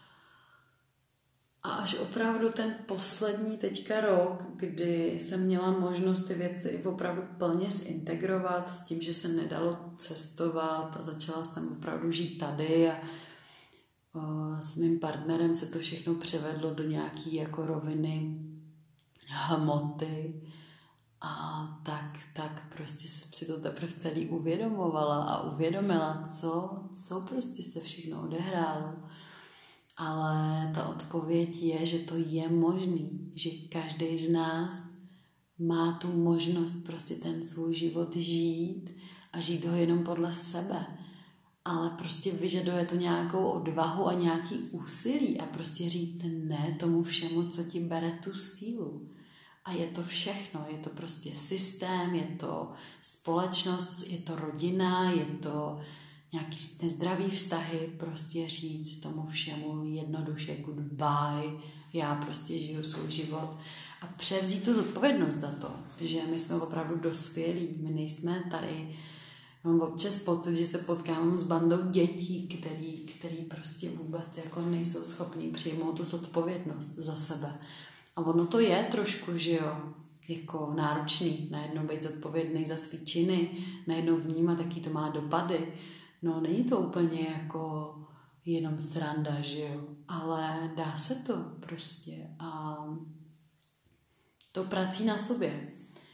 [SPEAKER 1] A až opravdu ten poslední teďka rok, kdy jsem měla možnost ty věci opravdu plně zintegrovat s tím, že se nedalo cestovat a začala jsem opravdu žít tady a s mým partnerem se to všechno převedlo do nějaký jako roviny hmoty a tak prostě jsem si to teprve celý uvědomovala a uvědomila, co prostě se všechno odehrálo. Ale ta odpověď je, že to je možný, že každý z nás má tu možnost prostě ten svůj život žít a žít ho jenom podle sebe. Ale prostě vyžaduje to nějakou odvahu a nějaký úsilí a prostě říct ne tomu všemu, co ti bere tu sílu. A je to všechno, je to prostě systém, je to společnost, je to rodina, je to nějaký nezdravý vztahy, prostě říct tomu všemu jednoduše goodbye, já prostě žiju svůj život a převzít tu zodpovědnost za to, že my jsme opravdu dospělí, my nejsme tady. Mám občas pocit, že se potkávám s bandou dětí, který prostě vůbec jako nejsou schopní přijmout tu zodpovědnost za sebe. A ono to je trošku, že jo, jako náročný, najednou být zodpovědný za svý činy, najednou vnímat, jaký to má dopady. No, není to úplně jako jenom sranda, že jo, ale dá se to prostě a to prací na sobě.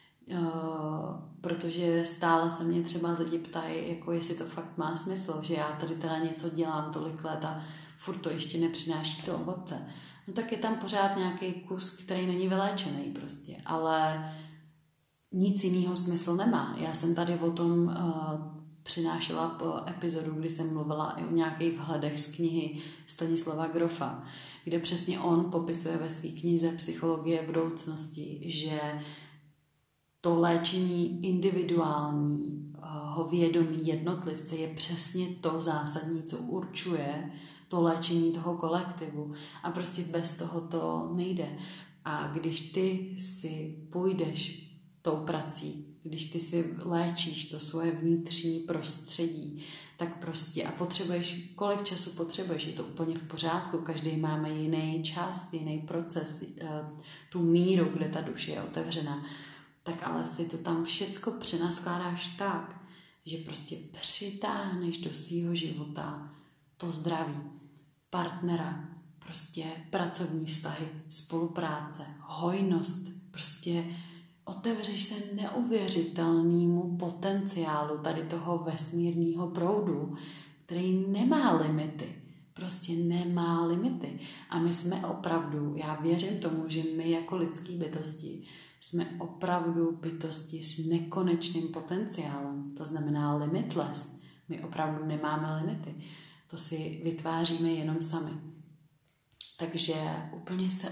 [SPEAKER 1] Protože stále se mě třeba lidi ptají, jako jestli to fakt má smysl, že já tady teda něco dělám tolik let a furt to ještě nepřináší to ovoce. No tak je tam pořád nějaký kus, který není vyléčený prostě, ale nic jiného smysl nemá. Já jsem tady o tom přinášela epizodu, kdy jsem mluvila i o nějakých vhledech z knihy Stanislava Grofa, kde přesně on popisuje ve své knize Psychologie budoucnosti, že to léčení individuálního vědomí jednotlivce je přesně to zásadní, co určuje to léčení toho kolektivu. A prostě bez toho to nejde. A když ty si půjdeš tou prací, když ty si léčíš to svoje vnitřní prostředí, tak prostě a potřebuješ, kolik času potřebuješ, je to úplně v pořádku, každý máme jiný čas, jiný proces, tu míru, kde ta duše je otevřená, tak ale si to tam všecko přenaskládáš tak, že prostě přitáhneš do svýho života to zdraví, partnera, prostě pracovní vztahy, spolupráce, hojnost, prostě otevřeš se neuvěřitelnému potenciálu tady toho vesmírného proudu, který nemá limity. Prostě nemá limity. A my jsme opravdu, já věřím tomu, že my jako lidský bytosti jsme opravdu bytosti s nekonečným potenciálem. To znamená limitless. My opravdu nemáme limity. To si vytváříme jenom sami. Takže úplně se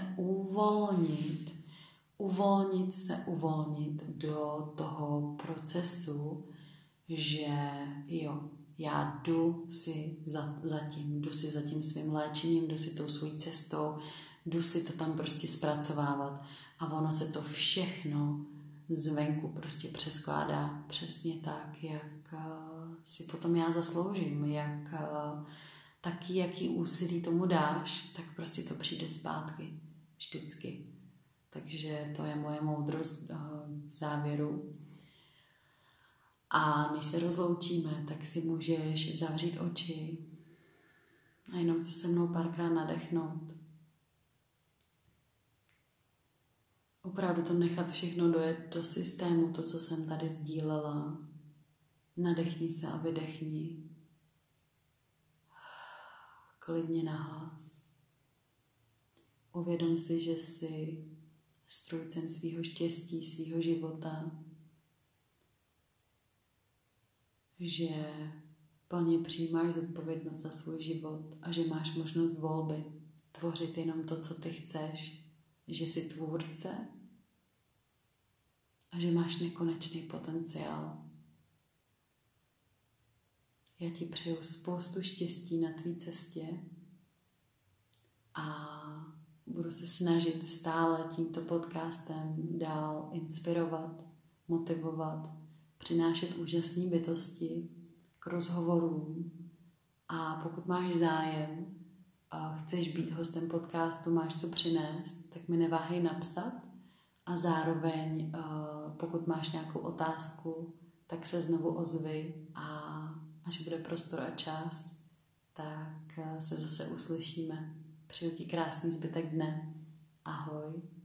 [SPEAKER 1] uvolnit do toho procesu, že jo, já jdu si za tím svým léčením, jdu si tou svojí cestou, jdu si to tam prostě zpracovávat a ono se to všechno zvenku prostě přeskládá přesně tak, jak si potom já zasloužím, jaký úsilí tomu dáš, tak prostě to přijde zpátky vždycky. Takže to je moje moudrost v závěru. A než se rozloučíme, tak si můžeš zavřít oči a jenom se mnou párkrát nadechnout. Opravdu to nechat všechno dojet do systému, to, co jsem tady sdílela. Nadechni se a vydechni. Klidně nahlas. Uvědom si, že jsi strůjcem svýho štěstí, svýho života. Že plně přijímáš zodpovědnost za svůj život a že máš možnost volby tvořit jenom to, co ty chceš. Že jsi tvůrce a že máš nekonečný potenciál. Já ti přeju spoustu štěstí na tvý cestě a budu se snažit stále tímto podcastem dál inspirovat, motivovat, přinášet úžasné bytosti k rozhovorům. A pokud máš zájem a chceš být hostem podcastu, máš co přinést, tak mi neváhej napsat. A zároveň, pokud máš nějakou otázku, tak se znovu ozvi a až bude prostor a čas, tak se zase uslyšíme. Přeju ti krásný zbytek dne. Ahoj.